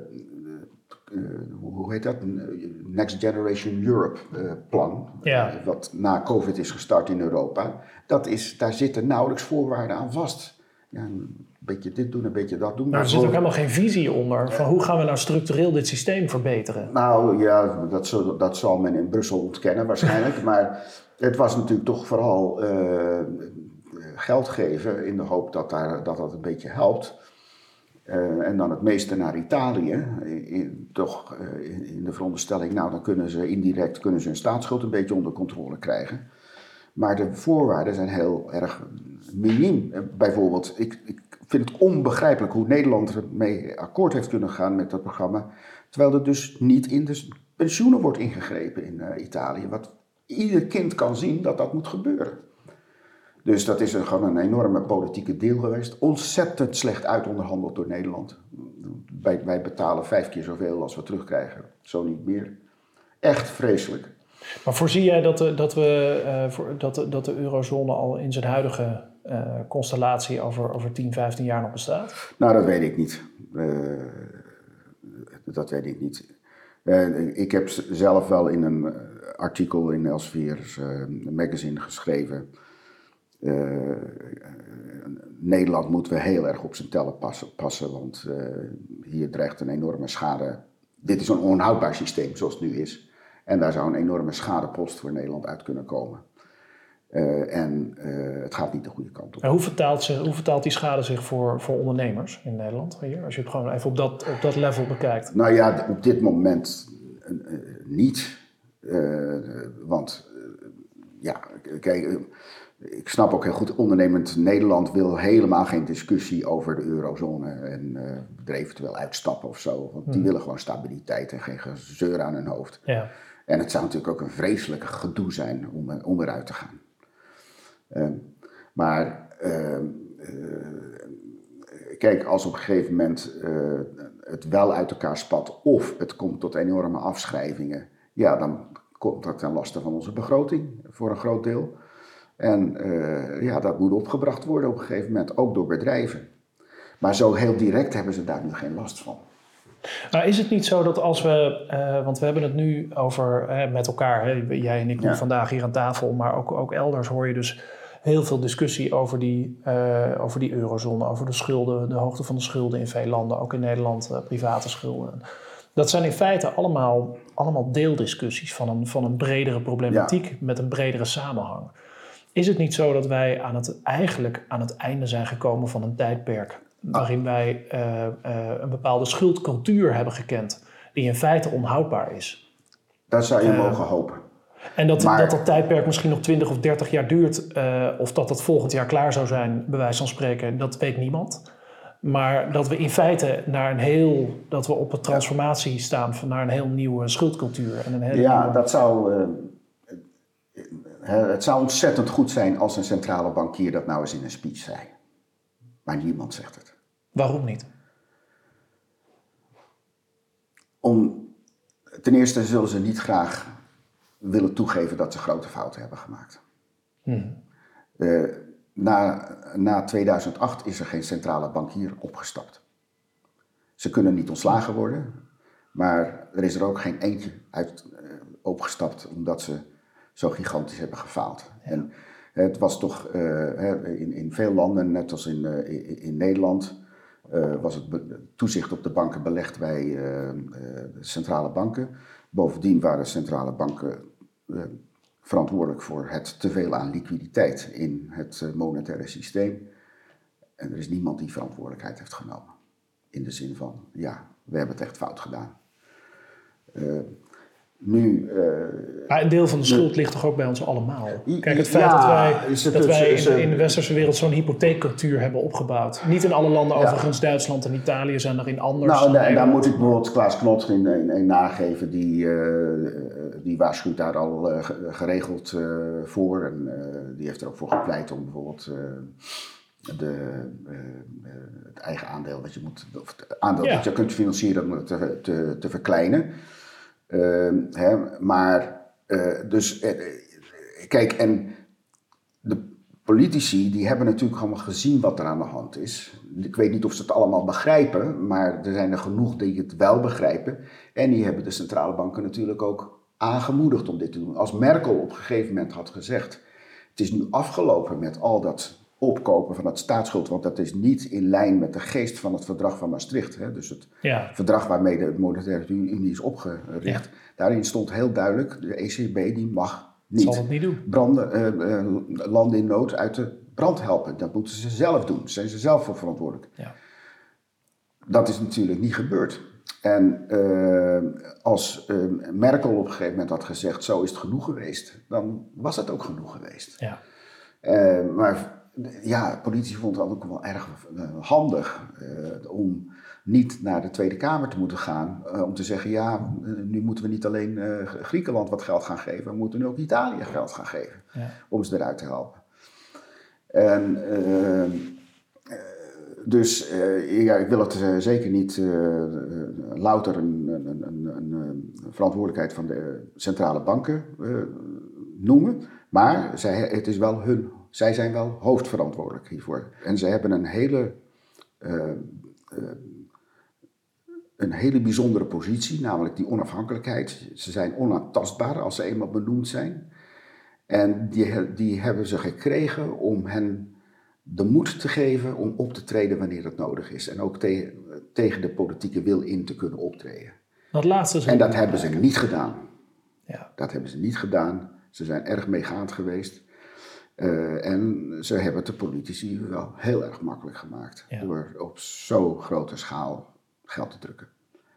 hoe heet dat, Next Generation Europe uh, plan, ja. uh, wat na COVID is gestart in Europa, dat is, daar zitten nauwelijks voorwaarden aan vast. Ja, een beetje dit doen, een beetje dat doen. Nou, er zit ook helemaal geen visie onder van hoe gaan we nou structureel dit systeem verbeteren? Nou ja, dat, zal, dat zal men in Brussel ontkennen waarschijnlijk, maar het was natuurlijk toch vooral uh, geld geven in de hoop dat daar, dat, dat een beetje helpt. Uh, en dan het meeste naar Italië, in, toch uh, in, in de veronderstelling, nou dan kunnen ze indirect kunnen ze hun staatsschuld een beetje onder controle krijgen. Maar de voorwaarden zijn heel erg miniem. Uh, bijvoorbeeld, ik, ik vind het onbegrijpelijk hoe Nederland ermee akkoord heeft kunnen gaan met dat programma, terwijl er dus niet in de pensioenen wordt ingegrepen in uh, Italië, wat ieder kind kan zien dat dat moet gebeuren. Dus dat is een, gewoon een enorme politieke deal geweest. Ontzettend slecht uitonderhandeld door Nederland. Wij, wij betalen vijf keer zoveel als we terugkrijgen. Zo niet meer. Echt vreselijk. Maar voorzie jij dat de, dat we, uh, voor, dat de, dat de eurozone al in zijn huidige uh, constellatie over, over tien, vijftien jaar nog bestaat? Nou, dat weet ik niet. Uh, dat weet ik niet. Uh, ik heb zelf wel in een artikel in Elsevier's uh, magazine geschreven. Uh, Nederland moeten we heel erg op zijn tellen passen, passen want uh, hier dreigt een enorme schade. Dit is een onhoudbaar systeem zoals het nu is. En daar zou een enorme schadepost voor Nederland uit kunnen komen. Uh, en uh, het gaat niet de goede kant op. En hoe vertaalt, ze, hoe vertaalt die schade zich voor, voor ondernemers in Nederland? Hier, als je het gewoon even op dat, op dat level bekijkt. Nou ja, op dit moment uh, niet. Uh, want uh, ja, kijk, uh, ik snap ook heel goed, ondernemend Nederland wil helemaal geen discussie over de eurozone en uh, er eventueel uitstappen of zo. Want die hmm. willen gewoon stabiliteit en geen gezeur aan hun hoofd. Ja. En het zou natuurlijk ook een vreselijke gedoe zijn om, om eruit te gaan. Uh, maar uh, uh, kijk, als op een gegeven moment uh, het wel uit elkaar spat of het komt tot enorme afschrijvingen, ja, dan komt dat ten laste van onze begroting voor een groot deel. En uh, ja, dat moet opgebracht worden op een gegeven moment, ook door bedrijven. Maar zo heel direct hebben ze daar nu geen last van. Maar is het niet zo dat als we, uh, want we hebben het nu over uh, met elkaar, hè, jij en ik nu ja. vandaag hier aan tafel, maar ook, ook elders hoor je dus heel veel discussie over die, uh, over die eurozone, over de schulden, de hoogte van de schulden in veel landen, ook in Nederland, uh, private schulden. Dat zijn in feite allemaal, allemaal deeldiscussies van een, van een bredere problematiek ja. met een bredere samenhang. Is het niet zo dat wij aan het, eigenlijk aan het einde zijn gekomen van een tijdperk waarin wij uh, uh, een bepaalde schuldcultuur hebben gekend die in feite onhoudbaar is? Dat zou je uh, mogen hopen. En dat, maar, dat dat tijdperk misschien nog twintig of dertig jaar duurt, uh, of dat dat volgend jaar klaar zou zijn, bij wijze van spreken, dat weet niemand. Maar dat we in feite naar een heel, dat we op een transformatie staan van naar een heel nieuwe schuldcultuur. En een hele ja, nieuwe... dat zou. Uh, het zou ontzettend goed zijn als een centrale bankier dat nou eens in een speech zei. Maar niemand zegt het. Waarom niet? Om, ten eerste zullen ze niet graag willen toegeven dat ze grote fouten hebben gemaakt. Hmm. Uh, na, na tweeduizend acht is er geen centrale bankier opgestapt. Ze kunnen niet ontslagen worden, maar er is er ook geen eentje uit, uh, opgestapt omdat ze zo gigantisch hebben gefaald. Ja. En het was toch uh, in, in veel landen, net als in, uh, in, in Nederland, uh, was het be- toezicht op de banken belegd bij uh, uh, de centrale banken. Bovendien waren centrale banken uh, verantwoordelijk voor het teveel aan liquiditeit in het uh, monetaire systeem. En er is niemand die verantwoordelijkheid heeft genomen. In de zin van, ja, we hebben het echt fout gedaan. Uh, Nu, uh, maar een deel van de schuld de, ligt toch ook bij ons allemaal? Kijk, het feit ja, dat wij, het, dat wij in, de, in de westerse wereld zo'n hypotheekcultuur hebben opgebouwd. Niet in alle landen, ja. overigens Duitsland en Italië zijn daarin anders. Nou, daar, en daar moet ik bijvoorbeeld Klaas Knot in, in, in nageven. Die, uh, die waarschuwt daar al uh, geregeld uh, voor. En uh, die heeft er ook voor gepleit om bijvoorbeeld uh, de, uh, uh, het eigen aandeel dat je moet, of het aandeel ja. dat je kunt financieren te, te, te verkleinen. Uh, hè, maar, uh, dus, uh, kijk, en de politici, die hebben natuurlijk allemaal gezien wat er aan de hand is. Ik weet niet of ze het allemaal begrijpen, maar er zijn er genoeg die het wel begrijpen. En die hebben de centrale banken natuurlijk ook aangemoedigd om dit te doen. Als Merkel op een gegeven moment had gezegd, het is nu afgelopen met al dat opkopen van het staatsschuld, want dat is niet in lijn met de geest van het verdrag van Maastricht. Hè? Dus het ja. verdrag waarmee de monetaire unie is opgericht. Ja. Daarin stond heel duidelijk, de E C B die mag niet, Zal het niet doen. Branden, uh, uh, landen in nood uit de brand helpen. Dat moeten ze zelf doen. Daar zijn ze zelf voor verantwoordelijk. Ja. Dat is natuurlijk niet gebeurd. En uh, als uh, Merkel op een gegeven moment had gezegd, zo is het genoeg geweest, dan was het ook genoeg geweest. Ja. Uh, maar ja, politici vonden het ook wel erg uh, handig uh, om niet naar de Tweede Kamer te moeten gaan. Uh, om te zeggen, ja, uh, nu moeten we niet alleen uh, Griekenland wat geld gaan geven, we moeten nu ook Italië geld gaan geven. Ja. Om ze eruit te helpen. En uh, uh, dus uh, ja, ik wil het uh, zeker niet uh, uh, louter een, een, een, een, een verantwoordelijkheid van de centrale banken uh, noemen. Maar zij, het is wel hun, zij zijn wel hoofdverantwoordelijk hiervoor. En zij hebben een hele, uh, uh, een hele bijzondere positie, namelijk die onafhankelijkheid. Ze zijn onaantastbaar als ze eenmaal benoemd zijn. En die, die hebben ze gekregen om hen de moed te geven om op te treden wanneer het nodig is. En ook te, tegen de politieke wil in te kunnen optreden. Dat laatste is en dat hebben ze niet gedaan. Ja. Dat hebben ze niet gedaan. Ze zijn erg meegaand geweest. Uh, en ze hebben het de politici wel heel erg makkelijk gemaakt. Ja. Door op zo'n grote schaal geld te drukken.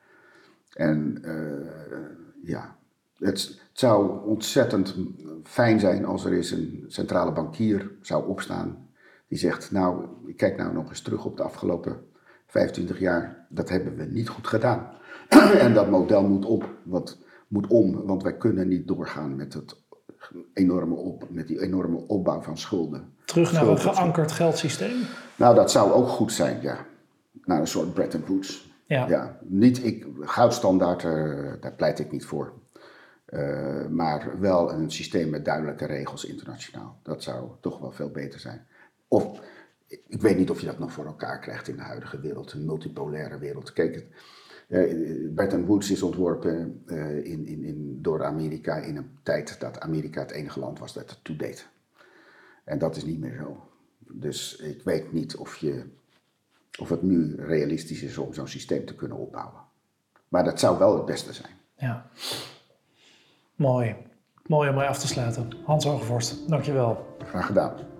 En uh, ja, het, het zou ontzettend fijn zijn als er eens een centrale bankier zou opstaan die zegt, nou, ik kijk nou nog eens terug op de afgelopen vijfentwintig jaar. Dat hebben we niet goed gedaan. En dat model moet op, wat moet om, want wij kunnen niet doorgaan met, het enorme op, met die enorme opbouw van schulden. Terug naar een geankerd geldsysteem? Nou, dat zou ook goed zijn, ja. Naar een soort Bretton Woods. Ja. Ja, niet, ik, goudstandaard, uh, daar pleit ik niet voor. Uh, maar wel een systeem met duidelijke regels internationaal. Dat zou toch wel veel beter zijn. Of, ik weet niet of je dat nog voor elkaar krijgt in de huidige wereld, een multipolaire wereld. Kijk, het, uh, Bretton Woods is ontworpen uh, in, in, in, door Amerika in een tijd dat Amerika het enige land was dat het toe deed. En dat is niet meer zo. Dus ik weet niet of, je, of het nu realistisch is om zo'n systeem te kunnen opbouwen. Maar dat zou wel het beste zijn. Ja. Mooi. Mooi om mee af te sluiten. Hans Hogevorst, dankjewel. Graag gedaan.